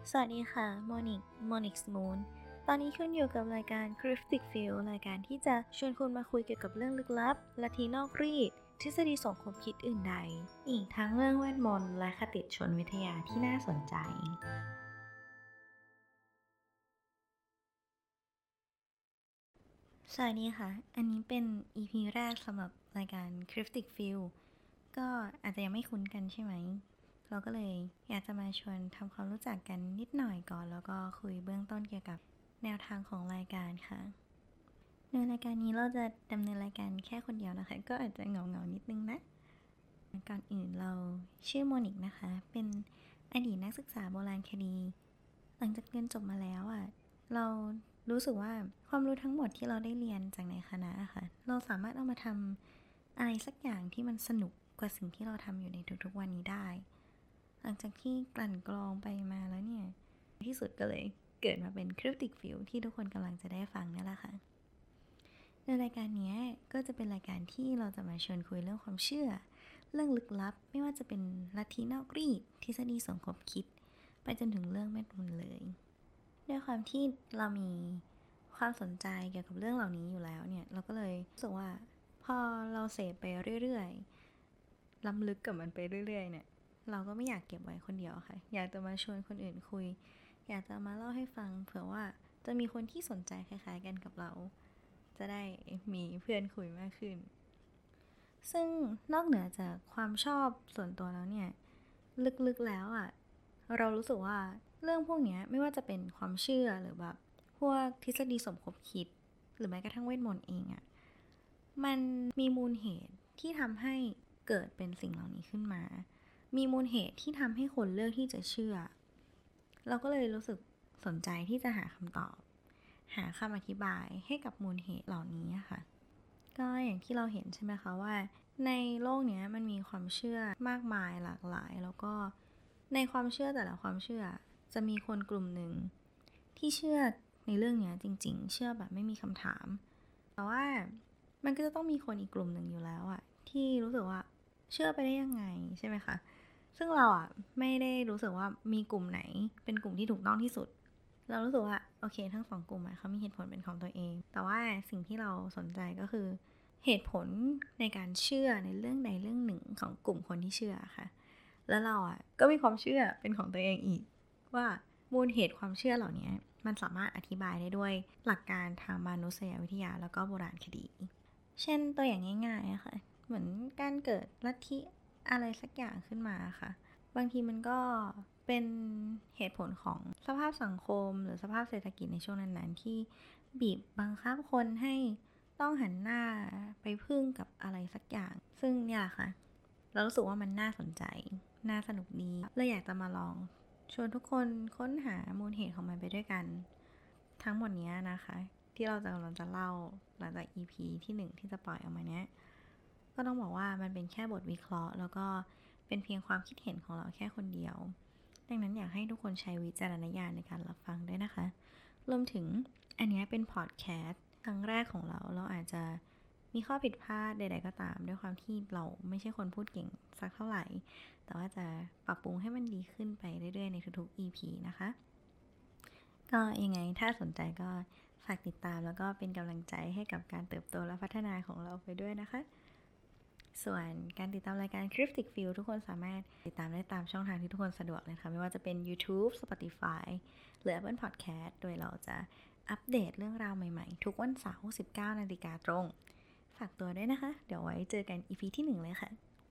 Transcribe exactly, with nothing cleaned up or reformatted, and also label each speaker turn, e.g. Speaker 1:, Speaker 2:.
Speaker 1: สวัสดีค่ะโมนิก Monix Moon ตอนนี้คุณอยู่กับรายการ Cryptic Field รายการที่จะชวนคุณมาคุยเกี่ยวกับเรื่องลึกลับลัทธินอกรีดทฤษฎีสมคบคิดอื่นใดอีกทั้งเรื่องเวทมนต์และคติชนวิทยาที่น่าสนใจสวัสดีค่ะอันนี้เป็น อี พี แรกสำหรับรายการ Cryptic Field ก็อาจจะยังไม่คุ้นกันใช่ไหมเราก็เลยอยากจะมาชวนทำความรู้จักกันนิดหน่อยก่อนแล้วก็คุยเบื้องต้นเกี่ยวกับแนวทางของรายการค่ะในรายการนี้เราจะดำเนินรายการแค่คนเดียวนะคะก็อาจจะเหงาๆนิดนึงนะก่อนอื่นเราชื่อโมนิกนะคะเป็นอดีตนักศึกษาโบราณคดีหลังจากเรียนจบมาแล้วอ่ะเรารู้สึกว่าความรู้ทั้งหมดที่เราได้เรียนจากในคณะค่ะเราสามารถเอามาทำอะไรสักอย่างที่มันสนุกกว่าสิ่งที่เราทำอยู่ในทุกๆวันนี้ได้หลังจากที่กลั่นกรองไปมาแล้วเนี่ยที่สุดก็เลยเกิดมาเป็น Cryptic Field ที่ทุกคนกำลังจะได้ฟังนี่แหละค่ะในรายการนี้ก็จะเป็นรายการที่เราจะมาชวนคุยเรื่องความเชื่อเรื่องลึกลับไม่ว่าจะเป็นลัทธินอกรีดทฤษฎีสมคบคิดไปจนถึงเรื่องเวทมนต์เลยด้วยความที่เรามีความสนใจเกี่ยวกับเรื่องเหล่านี้อยู่แล้วเนี่ยเราก็เลยรู้สึกว่าพอเราเสพไปเรื่อยๆล้ำลึกกับมันไปเรื่อยๆเนี่ยเราก็ไม่อยากเก็บไว้คนเดียวค่ะอยากจะมาชวนคนอื่นคุยอยากจะมาเล่าให้ฟังเผื่อว่าจะมีคนที่สนใจคล้ายๆกันกับเราจะได้มีเพื่อนคุยมากขึ้นซึ่งนอกเหนือจากความชอบส่วนตัวแล้วเนี่ยลึกๆแล้วอ่ะเรารู้สึกว่าเรื่องพวกนี้ไม่ว่าจะเป็นความเชื่อหรือแบบพวกทฤษฎีสมคบคิดหรือแม้กระทั่งเวทมนต์เองอ่ะมันมีมูลเหตุที่ทำให้เกิดเป็นสิ่งเหล่านี้ขึ้นมามีมูลเหตุที่ทำให้คนเลือกที่จะเชื่อเราก็เลยรู้สึกสนใจที่จะหาคำตอบหาคำอธิบายให้กับมูลเหตุเหล่านี้ค่ะก็อย่างที่เราเห็นใช่ไหมคะว่าในโลกนี้มันมีความเชื่อมากมายหลากหลายแล้วก็ในความเชื่อแต่ละความเชื่อจะมีคนกลุ่มหนึ่งที่เชื่อในเรื่องนี้จริงๆเชื่อแบบไม่มีคำถามแต่ว่ามันก็จะต้องมีคนอีกกลุ่มหนึ่งอยู่แล้วอะที่รู้สึกว่าเชื่อไปได้ยังไงใช่ไหมคะซึ่งเราอะไม่ได้รู้สึกว่ามีกลุ่มไหนเป็นกลุ่มที่ถูกต้องที่สุดเรารู้สึกว่าโอเคทั้งสองกลุ่มอะเขามีเหตุผลเป็นของตัวเองแต่ว่าสิ่งที่เราสนใจก็คือเหตุผลในการเชื่อในเรื่องใดเรื่องหนึ่งของกลุ่มคนที่เชื่อค่ะแล้วเราอะก็มีความเชื่อเป็นของตัวเองอีกว่ามูลเหตุความเชื่อเหล่านี้มันสามารถอธิบายได้ด้วยหลักการทางมนุษยวิทยาแล้วก็โบราณคดีเช่นตัวอย่างง่ายๆอะค่ะเหมือนการเกิดลัทธิอะไรสักอย่างขึ้นมาค่ะบางทีมันก็เป็นเหตุผลของสภาพสังคมหรือสภาพเศรษฐกิจในช่วงนั้นๆที่บีบบังคับคนให้ต้องหันหน้าไปพึ่งกับอะไรสักอย่างซึ่งเนี่ยแหละค่ะเรารู้สึกว่ามันน่าสนใจน่าสนุกดีเลยอยากจะมาลองชวนทุกคนค้นหามูลเหตุของมันไปด้วยกันทั้งหมดนี้นะคะที่เราจะกำลังจะเล่าหลังจาก อี พี ที่หนึ่งที่จะปล่อยออกมาเนี้ยก็ต้องบอกว่ามันเป็นแค่บทวิเคราะห์แล้วก็เป็นเพียงความคิดเห็นของเราแค่คนเดียวดังนั้นอยากให้ทุกคนใช้วิจารณญาณในการรับฟังด้วยนะคะรวมถึงอันนี้เป็นพอดแคสต์ครั้งแรกของเราเราอาจจะมีข้อผิดพลาดใดๆก็ตามด้วยความที่เราไม่ใช่คนพูดเก่งสักเท่าไหร่แต่ว่าจะปรับปรุงให้มันดีขึ้นไปเรื่อยๆในทุกๆ อี พี นะคะก็ยังไงถ้าสนใจก็ฝากติดตามแล้วก็เป็นกำลังใจให้กับการเติบโตและพัฒนาของเราไปด้วยนะคะส่วนการติดตามรายการ Cryptic Field ทุกคนสามารถติดตามได้ตามช่องทางที่ทุกคนสะดวกเลยค่ะไม่ว่าจะเป็น YouTube Spotify หรือ Apple Podcast โดยเราจะอัปเดตเรื่องราวใหม่ๆทุกวันเสาร์ สิบเก้านาฬิกาตรงฝากตัวด้วยนะคะเดี๋ยวไว้เจอกัน อี พี ที่หนึ่งเลยค่ะ